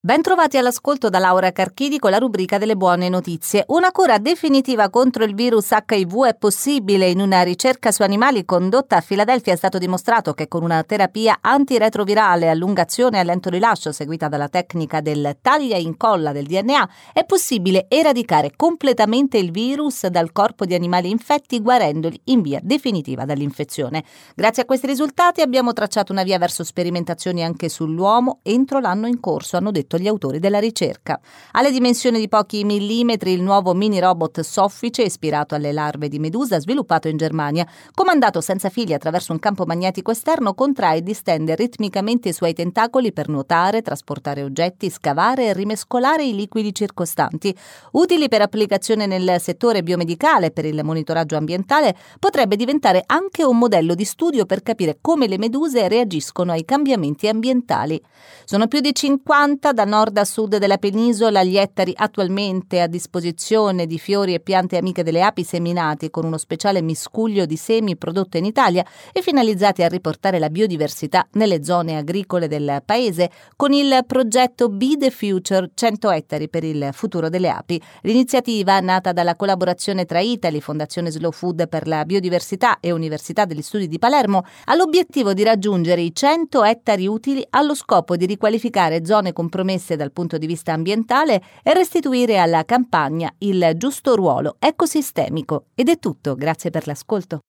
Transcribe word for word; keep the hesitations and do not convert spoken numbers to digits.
Bentrovati all'ascolto da Laura Carchidi con la rubrica delle buone notizie. Una cura definitiva contro il virus acca i vu è possibile. In una ricerca su animali condotta a Filadelfia è stato dimostrato che con una terapia antiretrovirale a lunga azione e a lento rilascio seguita dalla tecnica del taglia e incolla del D N A è possibile eradicare completamente il virus dal corpo di animali infetti, guarendoli in via definitiva dall'infezione. Grazie a questi risultati abbiamo tracciato una via verso sperimentazioni anche sull'uomo entro l'anno in corso, hanno detto gli autori della ricerca. Alle dimensioni di pochi millimetri, il nuovo mini robot soffice, ispirato alle larve di medusa, sviluppato in Germania, comandato senza fili attraverso un campo magnetico esterno, contrae e distende ritmicamente i suoi tentacoli per nuotare, trasportare oggetti, scavare e rimescolare i liquidi circostanti. Utili per applicazione nel settore biomedicale, per il monitoraggio ambientale, potrebbe diventare anche un modello di studio per capire come le meduse reagiscono ai cambiamenti ambientali. Sono più di cinquanta da nord a sud della penisola gli ettari attualmente a disposizione di fiori e piante amiche delle api seminati con uno speciale miscuglio di semi prodotto in Italia e finalizzati a riportare la biodiversità nelle zone agricole del paese con il progetto Be the Future, cento ettari per il futuro delle api. L'iniziativa, nata dalla collaborazione tra Italy, Fondazione Slow Food per la Biodiversità e Università degli Studi di Palermo, ha l'obiettivo di raggiungere i cento ettari utili allo scopo di riqualificare zone compromesse dal punto di vista ambientale e restituire alla campagna il giusto ruolo ecosistemico. Ed è tutto, grazie per l'ascolto.